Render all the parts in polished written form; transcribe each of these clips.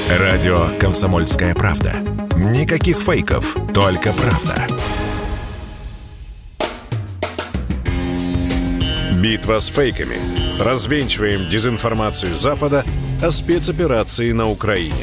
Радио «Комсомольская правда». Никаких фейков, только правда. Битва с фейками. Развенчиваем дезинформацию Запада о спецоперации на Украине.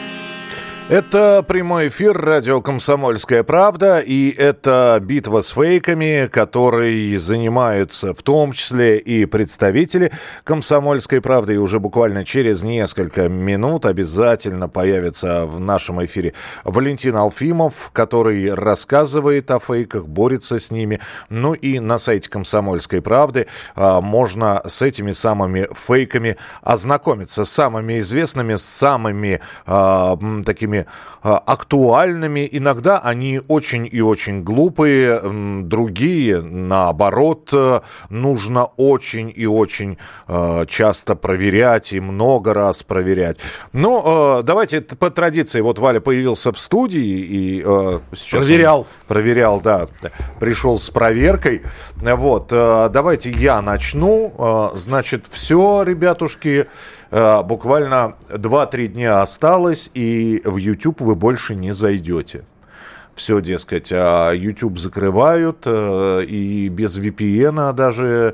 Это прямой эфир радио «Комсомольская правда», и это битва с фейками, которой занимаются в том числе и представители «Комсомольской правды». И уже буквально через несколько минут обязательно появится в нашем эфире Валентин Алфимов, который рассказывает о фейках, борется с ними. Ну и на сайте «Комсомольской правды» можно с этими самыми фейками ознакомиться, с самыми известными, с самыми такими актуальными. Иногда они очень и очень глупые, другие, наоборот, нужно очень и очень часто проверять и много раз проверять. Но давайте по традиции. Вот Валя появился в студии и сейчас проверял, да, пришел с проверкой. Вот, давайте я начну. Значит, все, ребятушки, буквально 2-3 дня осталось, и в YouTube вы больше не зайдете. Все, дескать, YouTube закрывают, и без VPN даже,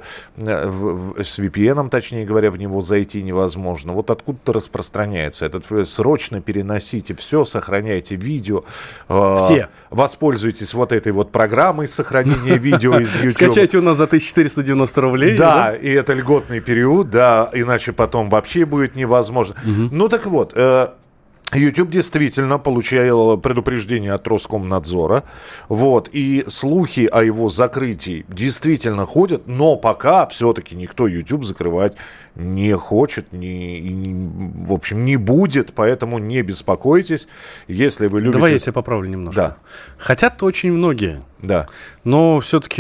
с VPN, точнее говоря, в него зайти невозможно. Вот откуда-то распространяется этот. Срочно переносите все, сохраняйте видео. Все. Воспользуйтесь вот этой вот программой сохранения видео из YouTube. Скачайте у нас за 1490 рублей. Да, и это льготный период, да, иначе потом вообще будет невозможно. Ну так вот, YouTube действительно получал предупреждение от Роскомнадзора, вот, и слухи о его закрытии действительно ходят, но пока все-таки никто YouTube закрывать не хочет, в общем, не будет, поэтому не беспокойтесь, если вы любите... Давай я тебя поправлю немножко. Да. Хотят очень многие, да. Но все-таки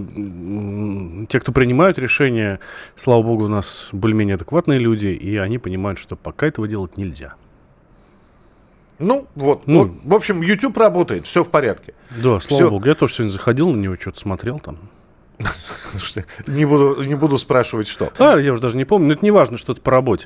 те, кто принимают решения, слава богу, у нас более-менее адекватные люди, и они понимают, что пока этого делать нельзя. Ну, вот, в общем, YouTube работает, все в порядке. Да, слава богу. Я тоже сегодня заходил на него, что-то смотрел там. Не буду спрашивать, что. Я уже даже не помню, но это не важно, что-то по работе.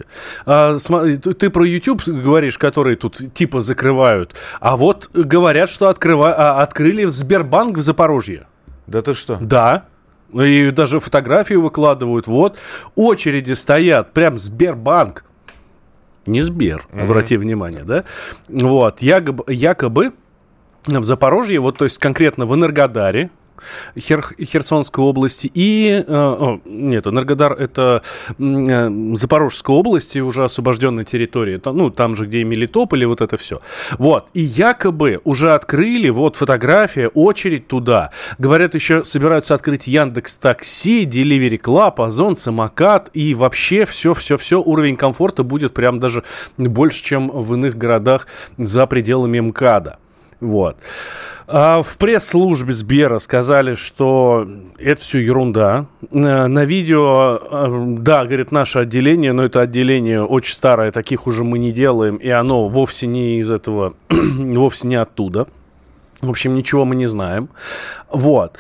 Ты про YouTube говоришь, который тут типа закрывают, а вот говорят, что открыли Сбербанк в Запорожье. Да ты что? Да. И даже фотографию выкладывают. Вот, очереди стоят, прям Сбербанк. Не Сбер, обрати внимание, да? Вот, якобы в Запорожье, вот, то есть конкретно в Энергодаре, Херсонской области и... Энергодар — это Запорожской области, уже освобожденная территория, там же, где и Мелитополь, и вот это все. Вот, и якобы уже открыли, вот фотография, очередь туда. Говорят, еще собираются открыть Яндекс.Такси, Delivery Club, Озон, Самокат, и вообще все, уровень комфорта будет прям даже больше, чем в иных городах за пределами МКАДа. Вот. В пресс-службе Сбера сказали, что это все ерунда. На видео, да, говорит, наше отделение, но это отделение очень старое, таких уже мы не делаем, и оно вовсе не из этого, вовсе не оттуда. В общем, ничего мы не знаем. Вот.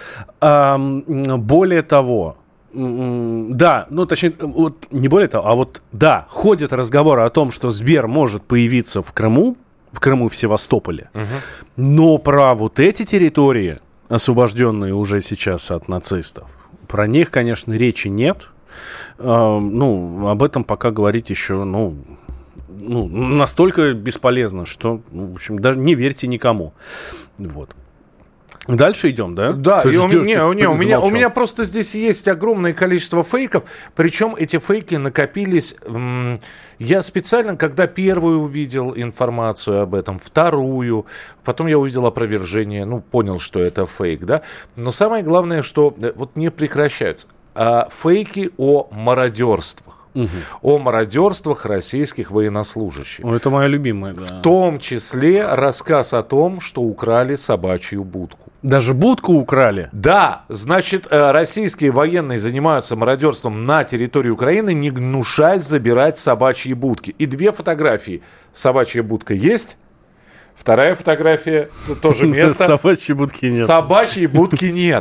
Более того, да, точнее, вот, не более того, а вот, да, ходят разговоры о том, что Сбер может появиться в Крыму и в Севастополе. Но про вот эти территории, освобожденные уже сейчас от нацистов, про них, конечно, речи нет. Об этом пока говорить еще, настолько бесполезно, что, в общем, даже не верьте никому. Вот. Дальше идем, да? Да, и у меня просто здесь есть огромное количество фейков, причем эти фейки накопились... Я специально, когда первую увидел информацию об этом, вторую, потом я увидел опровержение, понял, что это фейк, да? Но самое главное, что вот не прекращаются фейки о мародерствах. О мародерствах российских военнослужащих. Это моя любимая, да. В том числе рассказ о том, что украли собачью будку. Даже будку украли? Да, значит, российские военные занимаются мародерством на территории Украины, не гнушаясь забирать собачьи будки. И 2 фотографии. Собачья будка есть. Вторая фотография, тоже место. Собачьей будки нет. Собачьей будки нет.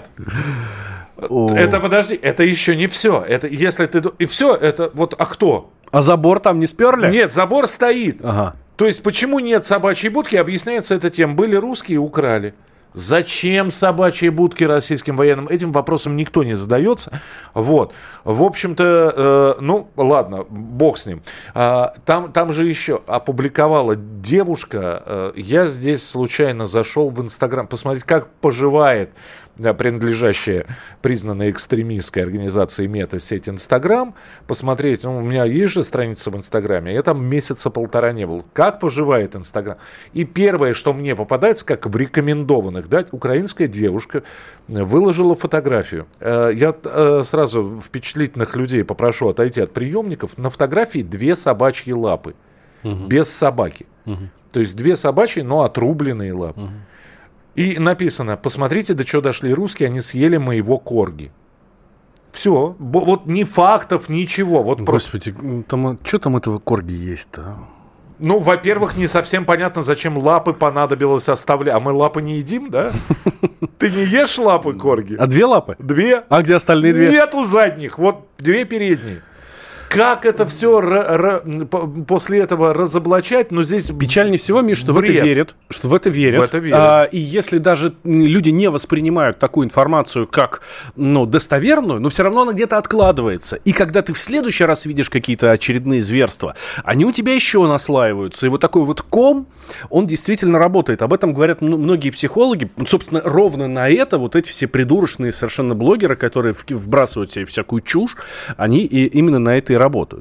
Это, подожди, это еще не все. Это если ты... И все, это вот, а кто? А забор там не сперли? Нет, забор стоит. Ага. То есть, почему нет собачьей будки, объясняется это тем, были русские, украли. Зачем собачьи будки российским военным? Этим вопросом никто не задается. Вот. В общем-то, ну, ладно, бог с ним. Там же еще опубликовала девушка. Я здесь случайно зашел в Инстаграм посмотреть, как поживает принадлежащая признанной экстремистской организации мета-сеть Инстаграм, посмотреть, ну, у меня есть же страница в Инстаграме, я там месяца полтора не был. Как поживает Инстаграм? И первое, что мне попадается, как в рекомендованных, да, украинская девушка выложила фотографию. Я сразу впечатлительных людей попрошу отойти от приемников. На фотографии 2 собачьи лапы, без собаки. То есть 2 собачьи, но отрубленные лапы. И написано: посмотрите, до чего дошли русские, они съели моего корги. Все. Вот ни фактов, ничего. Вот Господи, что там этого корги есть-то? Ну, во-первых, не совсем понятно, зачем лапы понадобилось оставлять. А мы лапы не едим, да? Ты не ешь лапы корги? А 2 лапы? 2. А где остальные 2? Нету задних, вот 2 передние. Как это все после этого разоблачать? Но здесь печальнее всего, Миш, что в это верят. Что в это верят. И если даже люди не воспринимают такую информацию как, ну, достоверную, но все равно она где-то откладывается. И когда ты в следующий раз видишь какие-то очередные зверства, они у тебя еще наслаиваются. И вот такой вот ком, он действительно работает. Об этом говорят многие психологи. Собственно, ровно на это вот эти все придурочные совершенно блогеры, которые вбрасывают себе всякую чушь, они и именно на это и работают.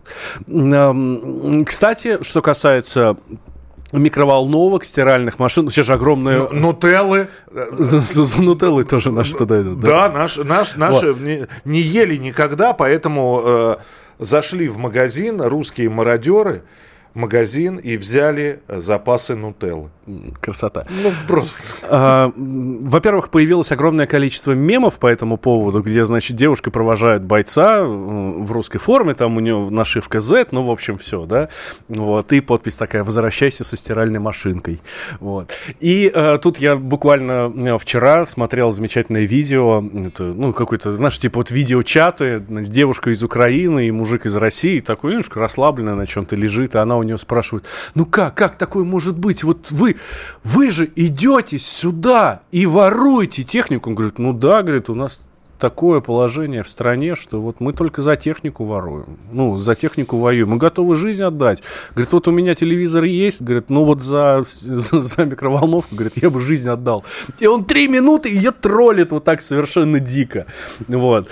Кстати, что касается микроволновок, стиральных машин, сейчас же огромная... Нутеллы. За нутеллой тоже наши туда идут. Да, наши вот. Не ели никогда, поэтому зашли в магазин русские мародеры, и взяли запасы нутеллы. Красота. Ну, просто. Во-первых, появилось огромное количество мемов по этому поводу, где, значит, девушка провожает бойца в русской форме, там у нее нашивка Z, ну, в общем, все, да. Вот, и подпись такая: «Возвращайся со стиральной машинкой». Вот. И тут я буквально вчера смотрел замечательное видео, это, ну, какой-то, знаешь, типа вот видеочаты, значит, девушка из Украины и мужик из России, такой, немножко расслабленная на чем-то лежит, и она у нее спрашивает: ну как такое может быть? Вот вы же идете сюда и воруете технику. Он говорит: ну да, говорит, у нас такое положение в стране, что вот мы только за технику воруем. Ну, за технику воюем. Мы готовы жизнь отдать. Говорит, вот у меня телевизор есть. Говорит, ну вот за микроволновку, говорит, я бы жизнь отдал. И он 3 минуты ее троллит вот так совершенно дико. Вот.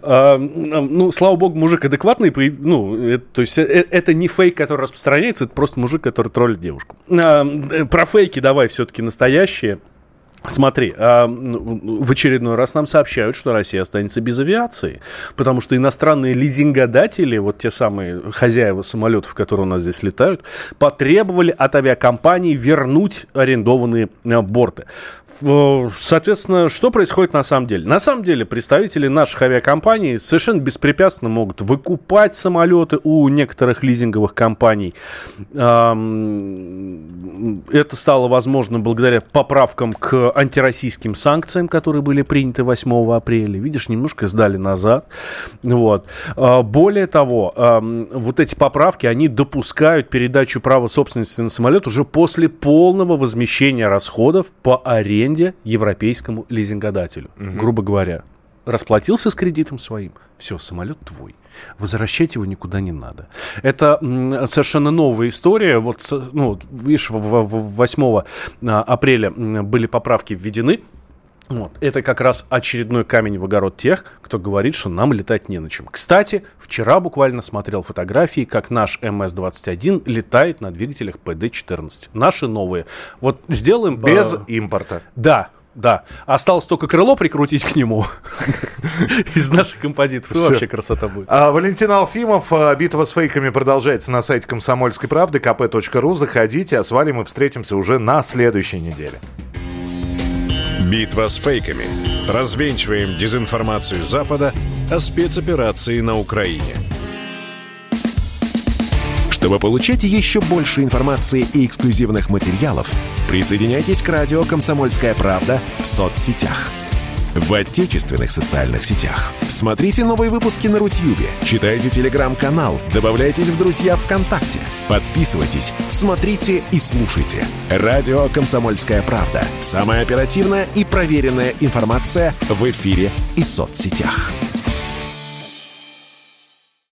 Ну, слава богу, мужик адекватный. Ну, то есть это не фейк, который распространяется, это просто мужик, который троллит девушку. Про фейки давай все-таки настоящие. Смотри, в очередной раз нам сообщают, что Россия останется без авиации, потому что иностранные лизингодатели, вот те самые хозяева самолетов, которые у нас здесь летают, потребовали от авиакомпаний вернуть арендованные борты. Соответственно, что происходит на самом деле? На самом деле представители наших авиакомпаний совершенно беспрепятственно могут выкупать самолеты у некоторых лизинговых компаний. Это стало возможно благодаря поправкам к антироссийским санкциям, которые были приняты 8 апреля. Видишь, немножко сдали назад. Вот. Более того, вот эти поправки, они допускают передачу права собственности на самолет уже после полного возмещения расходов по аренде европейскому лизингодателю. Грубо говоря, расплатился с кредитом своим, все, самолет твой. Возвращать его никуда не надо. Это совершенно новая история. Вот, ну, видишь, 8 апреля были поправки введены. Вот. Это как раз очередной камень в огород тех, кто говорит, что нам летать не на чем. Кстати, вчера буквально смотрел фотографии, как наш МС-21 летает на двигателях ПД-14. Наши новые. Вот сделаем... Без импорта. Да. Осталось только крыло прикрутить к нему из наших композитов. И вообще красота будет. Валентин Алфимов. Битва с фейками продолжается на сайте «Комсомольской правды» kp.ru. Заходите, а с вами мы встретимся уже на следующей неделе. Битва с фейками. Развенчиваем дезинформацию Запада о спецоперации на Украине. Чтобы получать еще больше информации и эксклюзивных материалов, присоединяйтесь к радио «Комсомольская правда» в соцсетях. в отечественных социальных сетях. Смотрите новые выпуски на Рутьюбе, читайте телеграм-канал, добавляйтесь в друзья ВКонтакте, подписывайтесь, смотрите и слушайте. Радио «Комсомольская правда». Самая оперативная и проверенная информация в эфире и соцсетях.